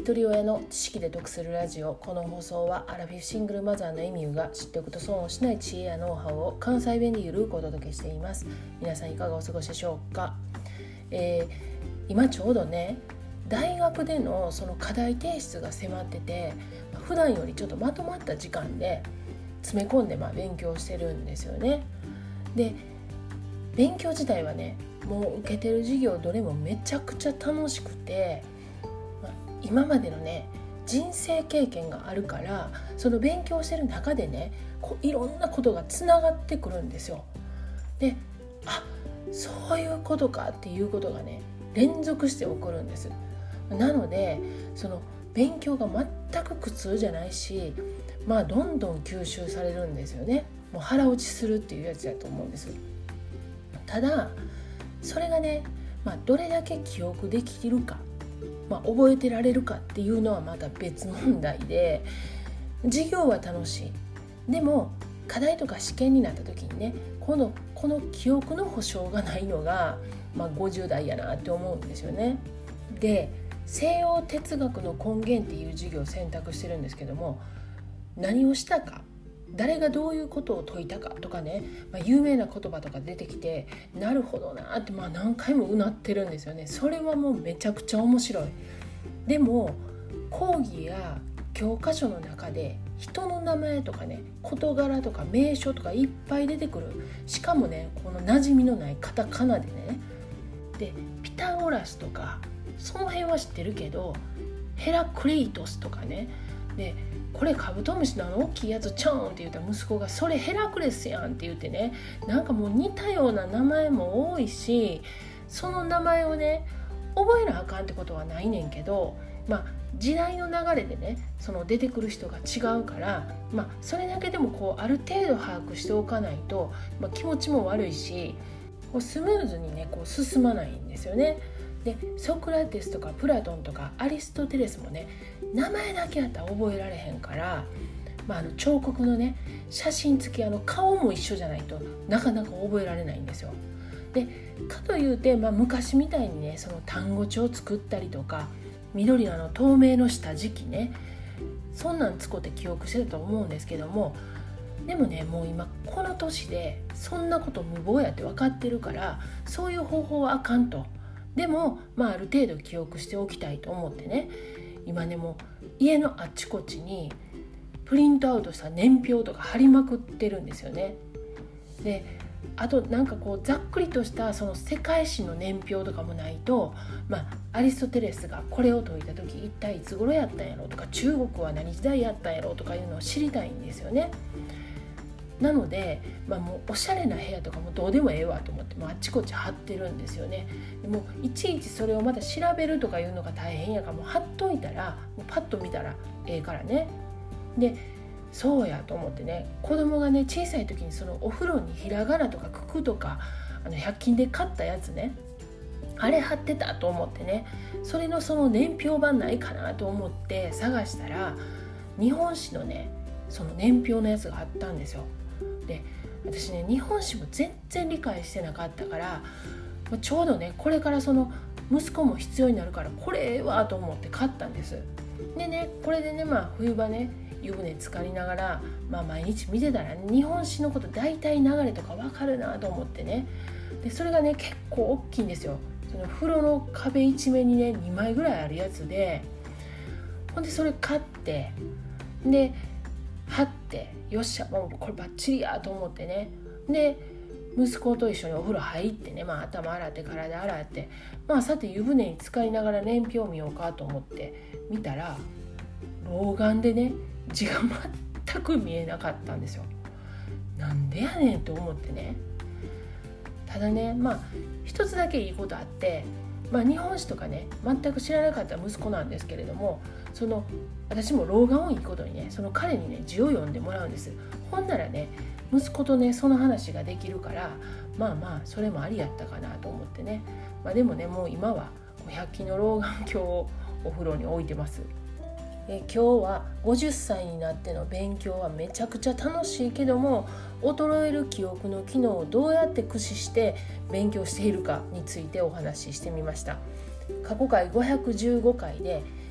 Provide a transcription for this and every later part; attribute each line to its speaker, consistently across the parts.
Speaker 1: 一人親の知識で得するラジオ。この放送はアラフィフシングルマザーのエミューが知っておくと損をしない知恵やノウハウを関西弁でゆるくお届けしています。皆さんいかがお過ごしでしょうか。今ちょうどね、大学でのその課題提出が迫ってて、普段よりちょっとまとまった時間で詰め込んで勉強してるんですよね。で、勉強自体はね、もう受けてる授業どれもめちゃくちゃ楽しくて、今までのね人生経験があるから、その勉強してる中でね、いろんなことがつながってくるんですよ。で、そういうことかっていうことがね連続して起こるんです。なのでその勉強が全く苦痛じゃないし、どんどん吸収されるんですよね。もう腹落ちするっていうやつだと思うんです。ただそれがね、どれだけ記憶できるか、覚えてられるかっていうのはまた別問題で、授業は楽しい。でも課題とか試験になった時にね、この記憶の保証がないのが、50代やなって思うんですよね。で、西洋哲学の根源っていう授業を選択してるんですけども、何をしたか、誰がどういうことを説いたかとかね、有名な言葉とか出てきて、なるほどなって何回もうなってるんですよね。それはもうめちゃくちゃ面白い。でも講義や教科書の中で人の名前とかね、事柄とか名所とかいっぱい出てくる。しかもね、この馴染みのないカタカナでね。で、ピタゴラスとかその辺は知ってるけど、ヘラクレイトスとかね、でこれカブトムシの大きいやつちゃうんって言った息子が、それヘラクレスやんって言ってね、なんかもう似たような名前も多いし、その名前をね覚えなあかんってことはないねんけど、時代の流れでね、その出てくる人が違うから、それだけでもある程度把握しておかないと、気持ちも悪いし、スムーズにね進まないんですよね。で、ソクラテスとかプラトンとかアリストテレスもね、名前だけやったら覚えられへんから、彫刻のね写真付き、顔も一緒じゃないとなかなか覚えられないんですよ。で、かというて、昔みたいにね、その単語帳を作ったりとか、緑の透明の下敷きね、そんなん使って記憶してたと思うんですけども、でもね、もう今この年でそんなこと無謀やって分かってるから、そういう方法はあかんと。でもある程度記憶しておきたいと思ってね、今ね、もう家のあっちこっちにプリントアウトした年表とか貼りまくってるんですよね。で、あとなんかざっくりとしたその世界史の年表とかもないと、アリストテレスがこれを解いた時一体いつ頃やったんやろうとか、中国は何時代やったんやろうとかいうのを知りたいんですよね。なので、もうおしゃれな部屋とかもどうでもええわと思って、あっちこっち貼ってるんですよね。でもいちいちそれをまた調べるとかいうのが大変やから、もう貼っといたら、もうパッと見たらええからね。で、そうやと思ってね、子供がね小さい時にそのお風呂にひらがなとか九九とか100均で買ったやつね、あれ貼ってたと思ってね、それのその年表版ないかなと思って探したら、日本史のねその年表のやつがあったんですよ。で、私ね日本史も全然理解してなかったから、ちょうどねこれからその息子も必要になるから、これええわと思って買ったんです。でね、これでね冬場ね湯船浸かりながら、毎日見てたら、日本史のこと大体流れとか分かるなと思ってね。で、それがね結構大きいんですよ。その風呂の壁一面にね2枚ぐらいあるやつで、ほんでそれ買って、で貼って、よっしゃもうこれバッチリやと思ってね。で、息子と一緒にお風呂入ってね、頭洗って体洗って、さて湯船に浸かりながら年表見ようかと思って見たら、老眼でね字が全く見えなかったんですよ。なんでやねんと思ってね。ただね、一つだけいいことあって、日本史とかね全く知らなかった息子なんですけれども、その私も老眼をいいことにね、その彼にね字を読んでもらうんです。ほんならね息子とねその話ができるから、それもありやったかなと思ってね。でもね、もう今は100均の老眼鏡をお風呂に置いてます。今日は50歳になっての勉強はめちゃくちゃ楽しいけども、衰える記憶の機能をどうやって駆使して勉強しているかについてお話ししてみました。過去回515回で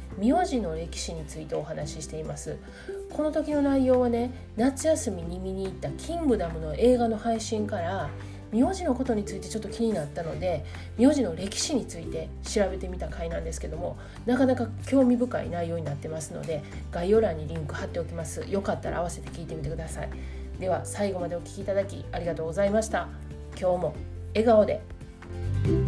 Speaker 1: 名字の歴史についてお話ししています。この時の内容はね、夏休みに見に行ったキングダムの映画の配信から名字のことについてちょっと気になったので、名字の歴史について調べてみた回なんですけども、なかなか興味深い内容になってますので、概要欄にリンク貼っておきます。よかったら合わせて聞いてみてください。では最後までお聞きいただきありがとうございました。今日も笑顔で。